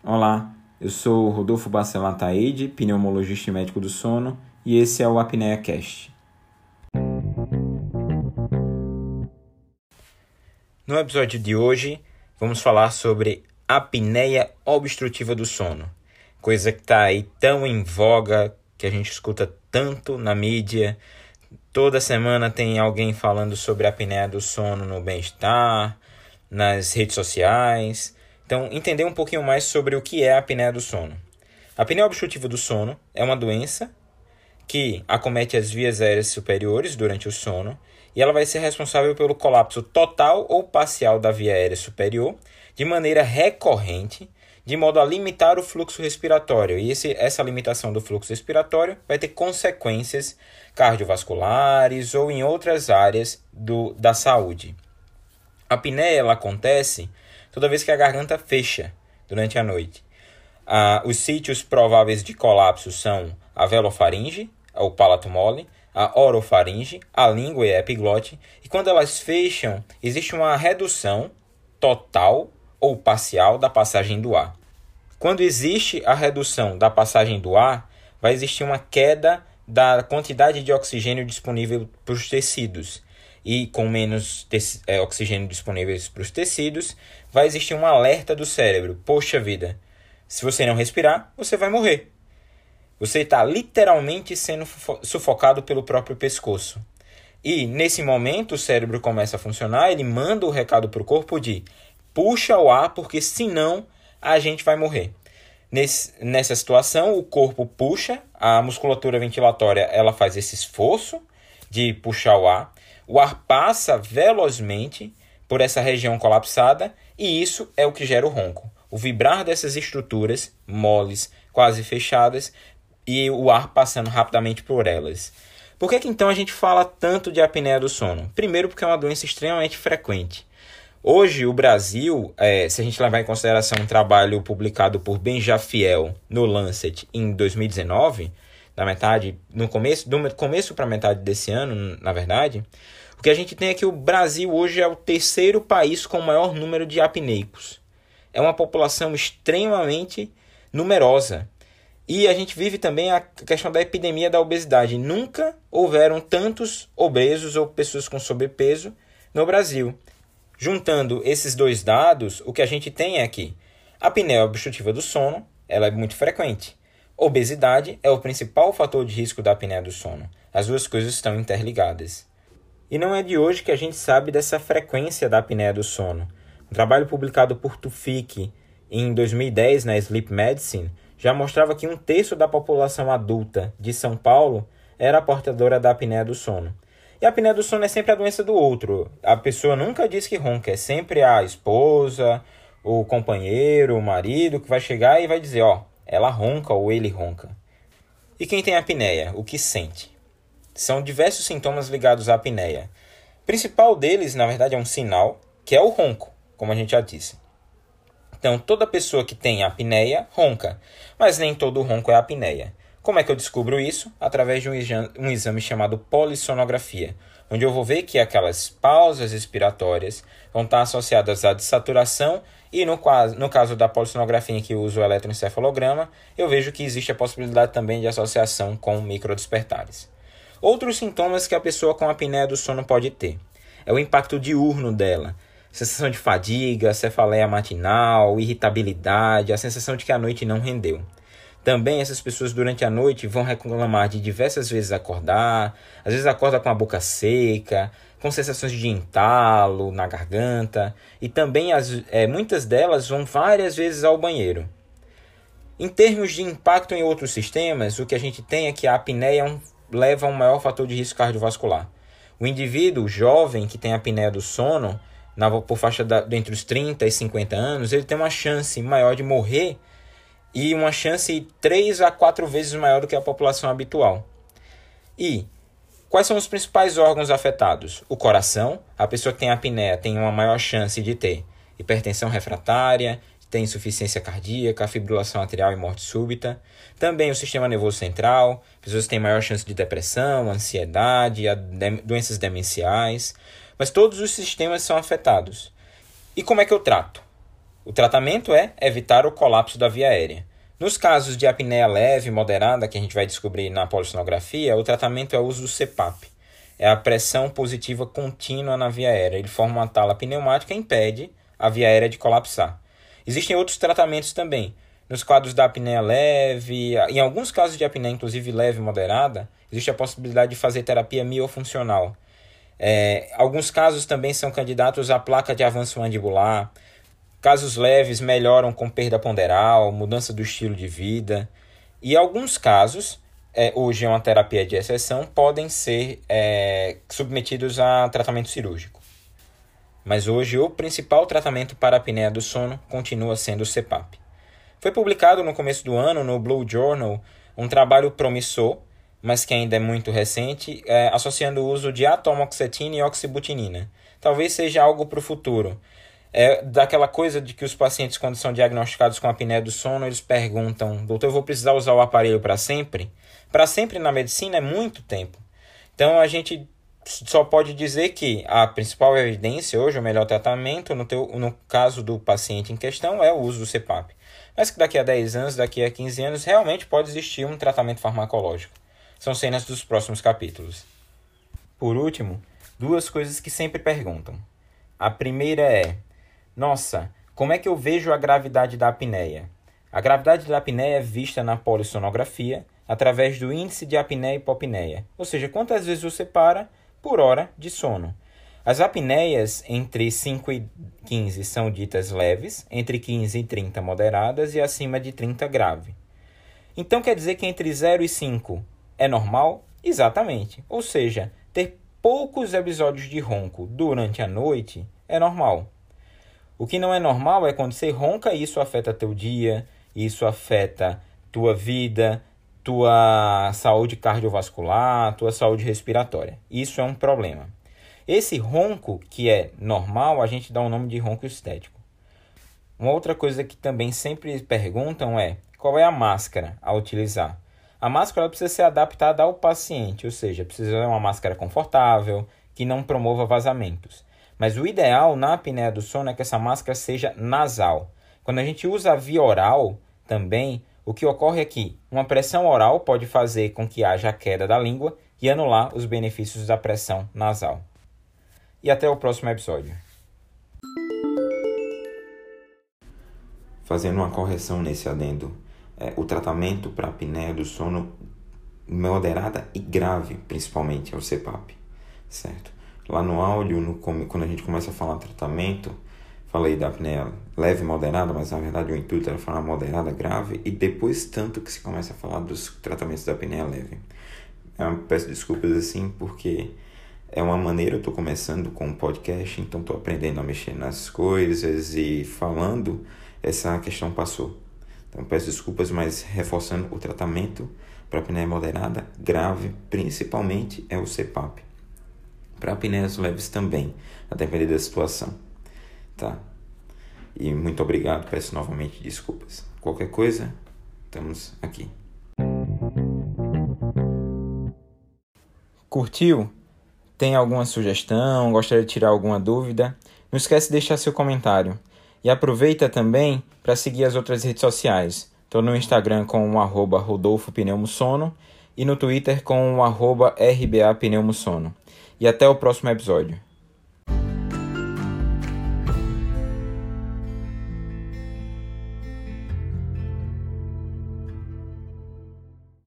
Olá, eu sou Rodolfo Bacelar Taide, pneumologista e médico do sono, e esse é o Apneia Cast. No episódio de hoje, vamos falar sobre apneia obstrutiva do sono, coisa que está aí tão em voga, que a gente escuta tanto na mídia. Toda semana tem alguém falando sobre a apneia do sono no bem-estar, nas redes sociais. Então, entender um pouquinho mais sobre o que é a apneia do sono. A apneia obstrutiva do sono é uma doença que acomete as vias aéreas superiores durante o sono e ela vai ser responsável pelo colapso total ou parcial da via aérea superior de maneira recorrente, de modo a limitar o fluxo respiratório. E essa limitação do fluxo respiratório vai ter consequências cardiovasculares ou em outras áreas da saúde. A apneia ela acontece toda vez que a garganta fecha durante a noite. Os sítios prováveis de colapso são a velofaringe, o palato mole, a orofaringe, a língua e a epiglote. E quando elas fecham, existe uma redução total ou parcial da passagem do ar. Quando existe a redução da passagem do ar, vai existir uma queda da quantidade de oxigênio disponível para os tecidos. E com menos oxigênio disponível para os tecidos, vai existir um alerta do cérebro. Poxa vida, se você não respirar, você vai morrer. Você está literalmente sendo sufocado pelo próprio pescoço. E nesse momento o cérebro começa a funcionar, ele manda o recado para o corpo de puxa o ar, porque senão a gente vai morrer. Nessa situação, o corpo puxa, a musculatura ventilatória ela faz esse esforço de puxar o ar passa velozmente por essa região colapsada e isso é o que gera o ronco. O vibrar dessas estruturas moles, quase fechadas, e o ar passando rapidamente por elas. Por que então a gente fala tanto de apneia do sono? Primeiro porque é uma doença extremamente frequente. Hoje o Brasil, se a gente levar em consideração um trabalho publicado por Benjafiel no Lancet em 2019, do começo para metade desse ano, na verdade, o que a gente tem é que o Brasil hoje é o terceiro país com o maior número de apneicos. É uma população extremamente numerosa. E a gente vive também a questão da epidemia da obesidade. Nunca houveram tantos obesos ou pessoas com sobrepeso no Brasil. Juntando esses dois dados, o que a gente tem é que a apneia obstrutiva do sono ela é muito frequente. Obesidade é o principal fator de risco da apneia do sono. As duas coisas estão interligadas. E não é de hoje que a gente sabe dessa frequência da apneia do sono. Um trabalho publicado por Tufik em 2010 na Sleep Medicine já mostrava que 1/3 da população adulta de São Paulo era portadora da apneia do sono. E a apneia do sono é sempre a doença do outro. A pessoa nunca diz que ronca, é sempre a esposa, o companheiro, o marido que vai chegar e vai dizer, ela ronca ou ele ronca. E quem tem apneia, o que sente? São diversos sintomas ligados à apneia. O principal deles, na verdade, é um sinal, que é o ronco, como a gente já disse. Então, toda pessoa que tem apneia, ronca. Mas nem todo ronco é apneia. Como é que eu descubro isso? Através de um exame chamado polissonografia, onde eu vou ver que aquelas pausas respiratórias vão estar associadas à dessaturação e no caso da polissonografia em que eu uso o eletroencefalograma, eu vejo que existe a possibilidade também de associação com microdespertares. Outros sintomas que a pessoa com apneia do sono pode ter é o impacto diurno dela, sensação de fadiga, cefaleia matinal, irritabilidade, a sensação de que a noite não rendeu. Também essas pessoas durante a noite vão reclamar de diversas vezes acordar, às vezes acorda com a boca seca, com sensações de entalo na garganta e também muitas delas vão várias vezes ao banheiro. Em termos de impacto em outros sistemas, o que a gente tem é que a apneia leva a um maior fator de risco cardiovascular. O indivíduo jovem que tem apneia do sono, por faixa entre os 30 e 50 anos, ele tem uma chance maior de morrer e uma chance 3 a 4 vezes maior do que a população habitual. E quais são os principais órgãos afetados? O coração, a pessoa que tem apneia tem uma maior chance de ter hipertensão refratária, tem insuficiência cardíaca, fibrilação atrial e morte súbita. Também o sistema nervoso central, pessoas têm maior chance de depressão, ansiedade, doenças demenciais. Mas todos os sistemas são afetados. E como é que eu trato? O tratamento é evitar o colapso da via aérea. Nos casos de apneia leve e moderada, que a gente vai descobrir na polissonografia, o tratamento é o uso do CPAP. É a pressão positiva contínua na via aérea. Ele forma uma tala pneumática e impede a via aérea de colapsar. Existem outros tratamentos também. Nos quadros da apneia leve, em alguns casos de apneia, inclusive leve e moderada, existe a possibilidade de fazer terapia miofuncional. Alguns casos também são candidatos à placa de avanço mandibular. Casos leves melhoram com perda ponderal, mudança do estilo de vida. E alguns casos, hoje é uma terapia de exceção, podem ser submetidos a tratamento cirúrgico. Mas hoje o principal tratamento para a apneia do sono continua sendo o CPAP. Foi publicado no começo do ano no Blue Journal um trabalho promissor, mas que ainda é muito recente, associando o uso de atomoxetina e oxibutinina. Talvez seja algo para o futuro. Daquela coisa de que os pacientes, quando são diagnosticados com apneia do sono, eles perguntam: doutor, eu vou precisar usar o aparelho para sempre? Para sempre na medicina é muito tempo. Então a gente só pode dizer que a principal evidência hoje, o melhor tratamento no caso do paciente em questão é o uso do CPAP. Mas que daqui a 10 anos, daqui a 15 anos, realmente pode existir um tratamento farmacológico. São cenas dos próximos capítulos. Por último, duas coisas que sempre perguntam. A primeira é: nossa, como é que eu vejo a gravidade da apneia? A gravidade da apneia é vista na polissonografia através do índice de apneia e hipopneia, ou seja, quantas vezes você para por hora de sono. As apneias entre 5 e 15 são ditas leves, entre 15 e 30 moderadas e acima de 30 grave. Então quer dizer que entre 0 e 5 é normal? Exatamente. Ou seja, ter poucos episódios de ronco durante a noite é normal. O que não é normal é quando você ronca e isso afeta teu dia, isso afeta tua vida, tua saúde cardiovascular, tua saúde respiratória. Isso é um problema. Esse ronco, que é normal, a gente dá o nome de ronco estético. Uma outra coisa que também sempre perguntam é: qual é a máscara a utilizar? A máscara precisa ser adaptada ao paciente, ou seja, precisa ser uma máscara confortável, que não promova vazamentos. Mas o ideal na apneia do sono é que essa máscara seja nasal. Quando a gente usa a via oral também, o que ocorre é que uma pressão oral pode fazer com que haja a queda da língua e anular os benefícios da pressão nasal. E até o próximo episódio. Fazendo uma correção nesse adendo, o tratamento para apneia do sono moderada e grave, principalmente, é o CPAP, certo? Lá no áudio, quando a gente começa a falar tratamento, falei da apneia leve e moderada, mas na verdade o intuito era falar moderada, grave, e depois tanto que se começa a falar dos tratamentos da apneia leve. Peço desculpas assim, porque é uma maneira, eu estou começando com um podcast, então estou aprendendo a mexer nas coisas e falando, essa questão passou. Então peço desculpas, mas reforçando, o tratamento para apneia moderada, grave, principalmente é o CPAP. Para apneias leves também, a depender da situação. Tá? E muito obrigado, peço novamente desculpas. Qualquer coisa, estamos aqui. Curtiu? Tem alguma sugestão? Gostaria de tirar alguma dúvida? Não esquece de deixar seu comentário. E aproveita também para seguir as outras redes sociais. Estou no Instagram com o @RodolfoPneumosono e no Twitter com o @RBAPneumosono. E até o próximo episódio.